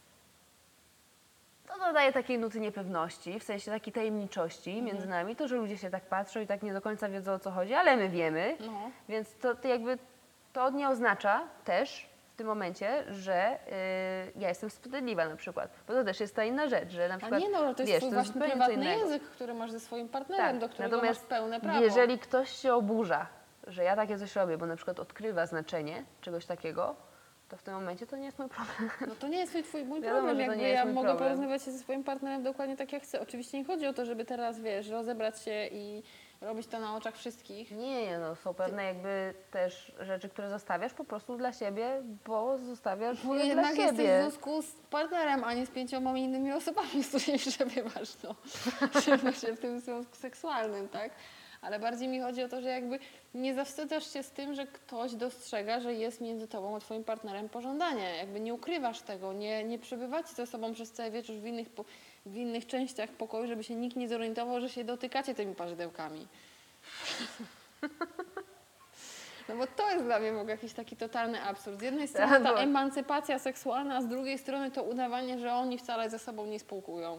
to dodaje takiej nuty niepewności, w sensie takiej tajemniczości Mhm. między nami, to, że ludzie się tak patrzą i tak nie do końca wiedzą, o co chodzi, ale my wiemy, No. więc to, to jakby to nie oznacza też w tym momencie, że y, ja jestem wstydliwa na przykład, bo to też jest ta inna rzecz, że na A przykład, nie no, ale to jest wiesz, twój to jest własny zupełnie co prywatny innego. język, który masz ze swoim partnerem, Tak, do którego natomiast masz pełne prawo. jeżeli ktoś się oburza, że ja takie coś robię, bo na przykład odkrywa znaczenie czegoś takiego, to w tym momencie to nie jest mój problem. No to nie jest twój, twój mój Wiadomo, problem, że to jakby nie jest ja mój mogę problem. porozmawiać się ze swoim partnerem dokładnie tak jak chcę. Oczywiście nie chodzi o to, żeby teraz, wiesz, rozebrać się i robić to na oczach wszystkich. Nie, nie, no są pewne jakby też rzeczy, które zostawiasz po prostu dla siebie, bo zostawiasz Bo je dla jednak jesteś w siebie. związku z partnerem, a nie z pięcioma innymi osobami, z którymi przebywasz, no. Przebywasz się w tym związku seksualnym, tak? Ale bardziej mi chodzi o to, że jakby nie zawstydzasz się z tym, że ktoś dostrzega, że jest między tobą a twoim partnerem pożądanie. Jakby nie ukrywasz tego, nie, nie przebywacie ze sobą przez cały wieczór w innych, po- w innych częściach pokoju, żeby się nikt nie zorientował, że się dotykacie tymi parzydełkami. No bo to jest dla mnie w ogóle jakiś taki totalny absurd. Z jednej strony ta bo- emancypacja seksualna, a z drugiej strony to udawanie, że oni wcale ze sobą nie spółkują.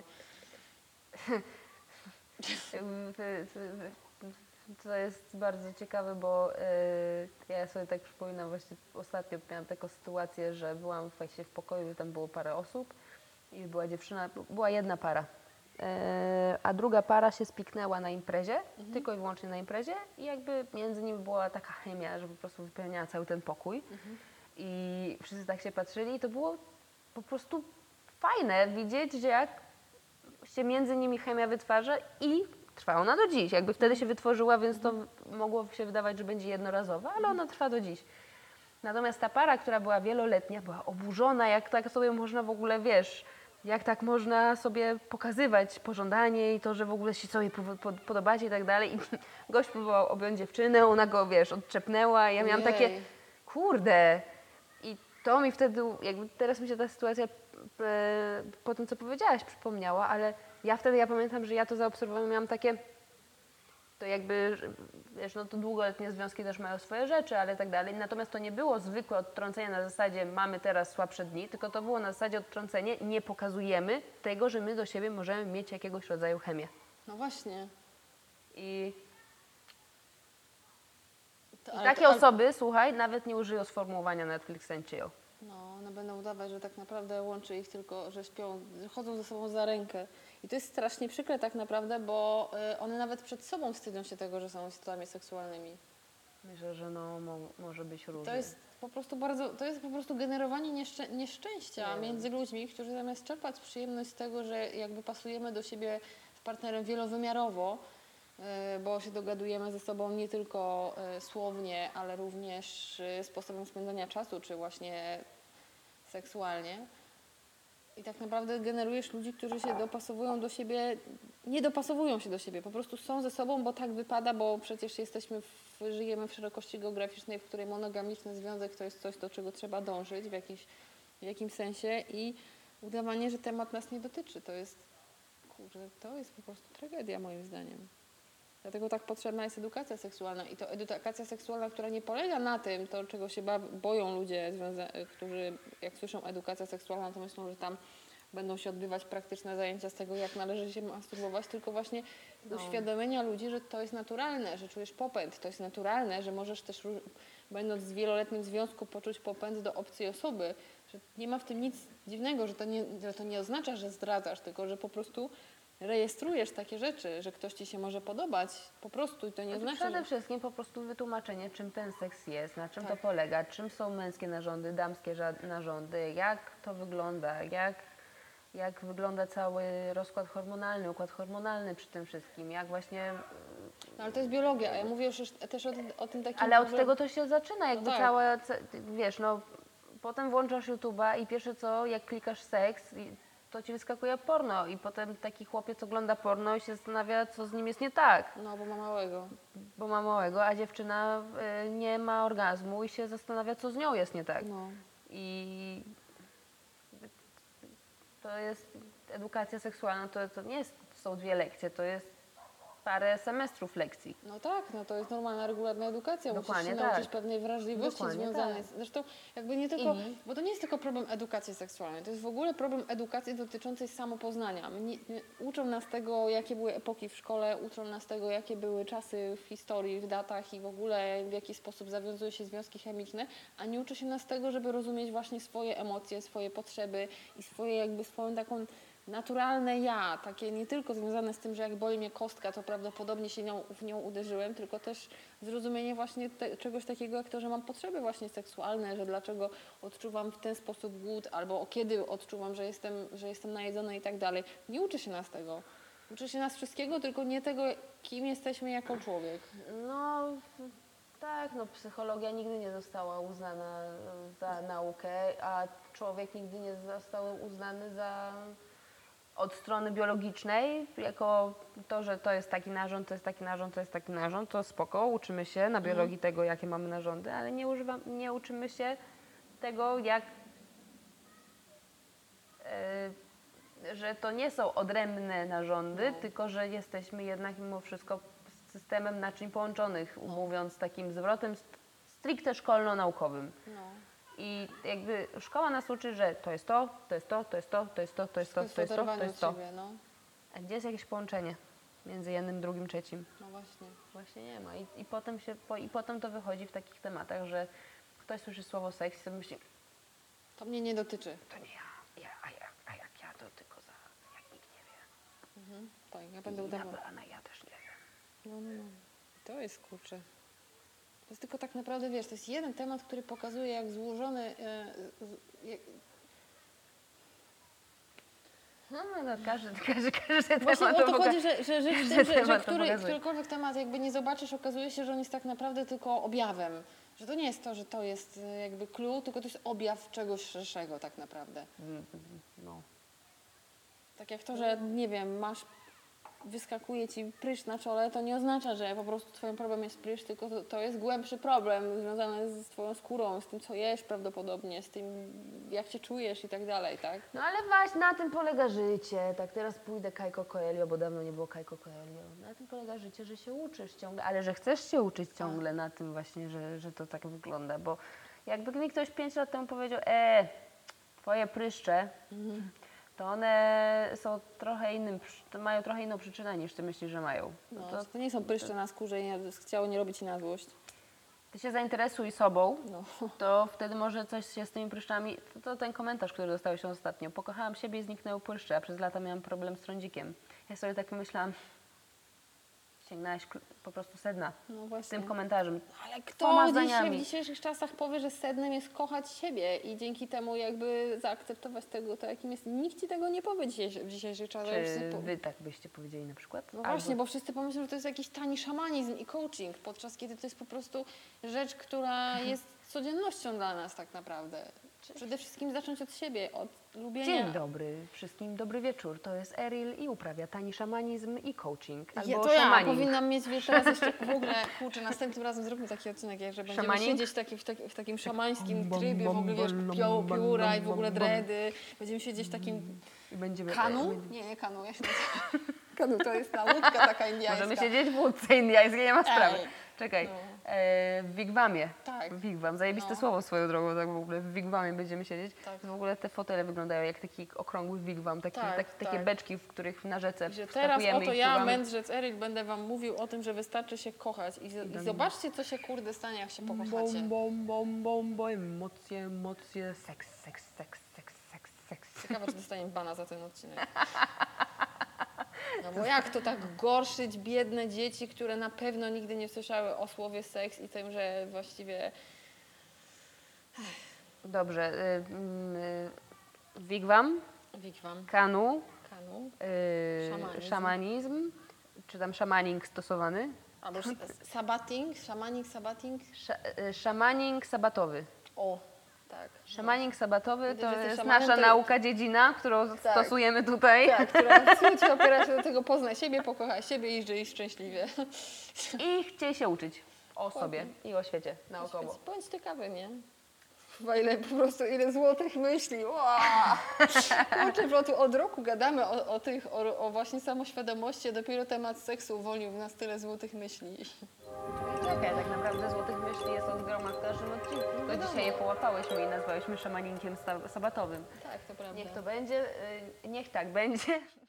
To jest bardzo ciekawe, bo y, ja sobie tak przypominam, właśnie ostatnio miałam taką sytuację, że byłam właśnie w pokoju, tam było parę osób i była dziewczyna, była jedna para, y, a druga para się spiknęła na imprezie, Mhm. tylko i wyłącznie na imprezie i jakby między nimi była taka chemia, że po prostu wypełniała cały ten pokój Mhm. i wszyscy tak się patrzyli i to było po prostu fajne widzieć, że jak się między nimi chemia wytwarza i trwa ona do dziś. Jakby wtedy się wytworzyła, więc to mogło się wydawać, że będzie jednorazowa, ale ona trwa do dziś. Natomiast ta para, która była wieloletnia, była oburzona, jak tak sobie można w ogóle, wiesz, jak tak można sobie pokazywać pożądanie i to, że w ogóle się sobie po- po- podobacie i tak dalej. I gość próbował objąć dziewczynę, ona go, wiesz, odczepnęła i ja miałam takie, Ojej. kurde. I to mi wtedy, jakby teraz mi się ta sytuacja e, po tym, co powiedziałaś, przypomniała, ale ja wtedy, ja pamiętam, że ja to zaobserwowałam, miałam takie, to jakby, że, wiesz, no to długoletnie związki też mają swoje rzeczy, ale tak dalej. Natomiast to nie było zwykłe odtrącenie na zasadzie mamy teraz słabsze dni, tylko to było na zasadzie odtrącenie, nie pokazujemy tego, że my do siebie możemy mieć jakiegoś rodzaju chemię. No właśnie. I, To, i ale takie to, ale- osoby, słuchaj, nawet nie użyją sformułowania Netflix and chill. No, one będą udawać, że tak naprawdę łączy ich tylko, że śpią, że chodzą ze sobą za rękę. I to jest strasznie przykre tak naprawdę, bo y, one nawet przed sobą wstydzą się tego, że są istotami seksualnymi. Myślę, że no, mo, może być różnie. To jest po prostu bardzo, to jest po prostu generowanie nieszczę- nieszczęścia Nie. między ludźmi, którzy zamiast czerpać przyjemność z tego, że jakby pasujemy do siebie z partnerem wielowymiarowo, y, bo się dogadujemy ze sobą nie tylko y, słownie, ale również y, sposobem spędzania czasu, czy właśnie seksualnie, I tak naprawdę generujesz ludzi, którzy się dopasowują do siebie, nie dopasowują się do siebie, po prostu są ze sobą, bo tak wypada, bo przecież jesteśmy, w, żyjemy w szerokości geograficznej, w której monogamiczny związek to jest coś, do czego trzeba dążyć w, jakiś, w jakimś sensie i udawanie, że temat nas nie dotyczy, to jest, kurde, to jest po prostu tragedia moim zdaniem. Dlatego tak potrzebna jest edukacja seksualna i to edukacja seksualna, która nie polega na tym, to czego się ba- boją ludzie, związa- którzy jak słyszą edukacja seksualna, to myślą, że tam będą się odbywać praktyczne zajęcia z tego, jak należy się masturbować, tylko właśnie No. uświadomienia ludzi, że to jest naturalne, że czujesz popęd, to jest naturalne, że możesz też, ró- będąc w wieloletnim związku, poczuć popęd do obcej osoby, że nie ma w tym nic dziwnego, że to nie, że to nie oznacza, że zdradzasz, tylko że po prostu rejestrujesz takie rzeczy, że ktoś ci się może podobać po prostu i to nie Znaczy, oznacza, przede że... wszystkim po prostu wytłumaczenie, czym ten seks jest, na czym Tak. to polega, czym są męskie narządy, damskie ża- narządy, jak to wygląda, jak, jak wygląda cały rozkład hormonalny, układ hormonalny przy tym wszystkim, jak właśnie... No, ale to jest biologia, a ja mówię już też o, tym- o tym takim... Ale od może- tego to się zaczyna, jakby tak. całe, ce- wiesz, no potem włączasz YouTube'a i pierwsze co, jak klikasz seks, i- to ci wyskakuje porno i potem taki chłopiec ogląda porno i się zastanawia, co z nim jest nie tak. No, bo ma małego. Bo ma małego, a dziewczyna y, nie ma orgazmu i się zastanawia, co z nią jest nie tak. No. I to jest edukacja seksualna, to, to nie jest, są dwie lekcje, to jest parę semestrów lekcji. No tak, no to jest normalna, regularna edukacja. Dokładnie Musisz się tak. nauczyć pewnej wrażliwości Dokładnie związanej. tak. Z, zresztą jakby nie tylko, I- bo to nie jest tylko problem edukacji seksualnej, to jest w ogóle problem edukacji dotyczącej samopoznania. Nie, nie, uczą nas tego, jakie były epoki w szkole, uczą nas tego, jakie były czasy w historii, w datach i w ogóle w jaki sposób zawiązują się związki chemiczne, a nie uczy się nas tego, żeby rozumieć właśnie swoje emocje, swoje potrzeby i swoje jakby swoją taką naturalne ja, takie nie tylko związane z tym, że jak boli mnie kostka, to prawdopodobnie się nią, w nią uderzyłem, tylko też zrozumienie właśnie te, czegoś takiego jak to, że mam potrzeby właśnie seksualne, że dlaczego odczuwam w ten sposób głód, albo kiedy odczuwam, że jestem, że jestem najedzona i tak dalej. Nie uczy się nas tego. Uczy się nas wszystkiego, tylko nie tego, kim jesteśmy jako człowiek. No tak, no psychologia nigdy nie została uznana za naukę, a człowiek nigdy nie został uznany za od strony biologicznej, jako to, że to jest taki narząd, to jest taki narząd, to jest taki narząd, to spoko, uczymy się na biologii tego, jakie mamy narządy, ale nie, używam, nie uczymy się tego, jak, yy, że to nie są odrębne narządy, No. tylko że jesteśmy jednak mimo wszystko systemem naczyń połączonych, mówiąc takim zwrotem st- stricte szkolno-naukowym. No. I jakby szkoła nas uczy, że to jest to, to jest to, to jest to, to jest to, to jest to, to jest to, to jest to. Siebie, no. A gdzie jest jakieś połączenie między jednym, drugim, trzecim? No właśnie. Właśnie nie ma. I, i, potem, się, po, I potem to wychodzi w takich tematach, że ktoś słyszy słowo seks i sobie myśli, To mnie nie dotyczy. to nie ja, ja a, jak, a jak ja, to tylko za, jak nikt nie wie. Mhm. Tak, ja będę I udawała. ja, a ja też nie wiem. No, no, no. To jest kurczę. To jest tylko tak naprawdę, wiesz, to jest jeden temat, który pokazuje, jak złożony. E, z, jak, No, no każdy, każdy, każdy właśnie temat o to poka- chodzi, że, że, że, w każdy tym, że, że temat to który, pokazuje. którykolwiek temat jakby nie zobaczysz, okazuje się, że on jest tak naprawdę tylko objawem. Że to nie jest to, że to jest e, jakby clue, tylko to jest objaw czegoś szerszego tak naprawdę. Mm, No. Tak jak to, że nie wiem, masz, wyskakuje ci prysz na czole, to nie oznacza, że po prostu twoim problemem jest prysz, tylko to, to jest głębszy problem związany z twoją skórą, z tym, co jesz prawdopodobnie, z tym, jak się czujesz i tak dalej, tak? No ale właśnie na tym polega życie. Tak teraz pójdę Kajko Coelho, bo dawno nie było Kajko Coelho. Na tym polega życie, że się uczysz ciągle, ale że chcesz się uczyć ciągle na tym właśnie, że, że to tak wygląda, bo jakby mi ktoś pięć lat temu powiedział, e, twoje pryszcze, to one są trochę innym, to mają trochę inną przyczynę niż ty myślisz, że mają. No No, to to, nie są pryszcze na skórze i nie, chciało nie robić ci na złość. ty się zainteresuj sobą, No. to wtedy może coś się z tymi pryszczami, to, to ten komentarz, który dostałeś ostatnio, pokochałam siebie i zniknęły pryszcze, a przez lata miałam problem z trądzikiem. Ja sobie tak myślałam, sięgnęłaś kl- po prostu sedna No z właśnie. tym komentarzem. Ale Dwoma kto dzisiaj, zdaniami. w dzisiejszych czasach powie, że sednem jest kochać siebie i dzięki temu jakby zaakceptować tego, to jakim jest. Nikt ci tego nie powie dzisiejszy, w dzisiejszych czasach. Wszyscy Czy po- wy tak byście powiedzieli na przykład? No Albo- właśnie, bo wszyscy pomyślą, że to jest jakiś tani szamanizm i coaching, podczas kiedy to jest po prostu rzecz, która jest codziennością dla nas tak naprawdę. Przede wszystkim zacząć od siebie, od lubienia. Dzień dobry wszystkim, dobry wieczór. To jest Eril i uprawia tani szamanizm i coaching. Albo Ja, to ja szamaning. powinnam mieć, wiesz, teraz jeszcze w ogóle, kurczę, następnym razem zróbmy taki odcinek, jak, że będziemy Szamaning? siedzieć taki, w, taki, w takim szamańskim Bom, trybie, w bom, ogóle, wiesz, bom, pio, bom, pióra i bom, w ogóle bom. dredy. Będziemy siedzieć w takim I będziemy, kanu? e, Nie, nie kanu, ja się nazywa. Kanu to jest ta łódka taka indiańska. Możemy siedzieć w łódce indyjskiej, nie ma sprawy. Ej, Czekaj, no. e, w wigwamie. Tak. Wigwam, zajebiste No. słowo swoją drogą, tak w ogóle. W wigwamie będziemy siedzieć. Tak. W ogóle te fotele wyglądają jak taki okrągły wigwam, taki, Tak, taki, takie tak. beczki, w których na rzece I że teraz wskakujemy oto i ja, pływamy. mędrzec Eryk, będę wam mówił o tym, że wystarczy się kochać. I, z- i zobaczcie, co się kurde stanie, jak się pokochacie. Bom, bom, bom, bom, bom, emocje, emocje, seks, seks, seks, seks, seks, seks. Ciekawe, czy dostaniemy bana za ten odcinek. No bo jak to tak gorszyć biedne dzieci, które na pewno nigdy nie słyszały o słowie seks i tym, że właściwie... Dobrze, y, mm, y, wigwam, Wigwam, kanu, kanu, y, Szamanizm. szamanizm, czy tam szamaning stosowany, albo sz- sabating, szamanik, sabating. Sz, y, szamaning sabatowy. O, tak. Szamaning sabatowy Widać, to że jesteś jest szamanem, nasza to- nauka dziedzina, którą Tak. stosujemy tutaj. Tak, która w skrócie opiera się do tego, poznaj siebie, pokochaj siebie i żyj szczęśliwie. I chciej się uczyć o sobie i o świecie naokoło. Bądź ciekawy, nie? Chyba ile po prostu, ile złotych myśli. Wow. Kurczę, bo tu od roku gadamy o, o tych, o, o właśnie samoświadomości, a dopiero temat seksu uwolnił w nas tyle złotych myśli. Czekaj, tak naprawdę złotych myśli jest od groma w każdym odcinku. Tylko Wiadomo. dzisiaj je połapałyśmy i nazwałyśmy szamaningiem sta- sabatowym. Tak, to prawda. Niech to będzie, y, niech tak będzie.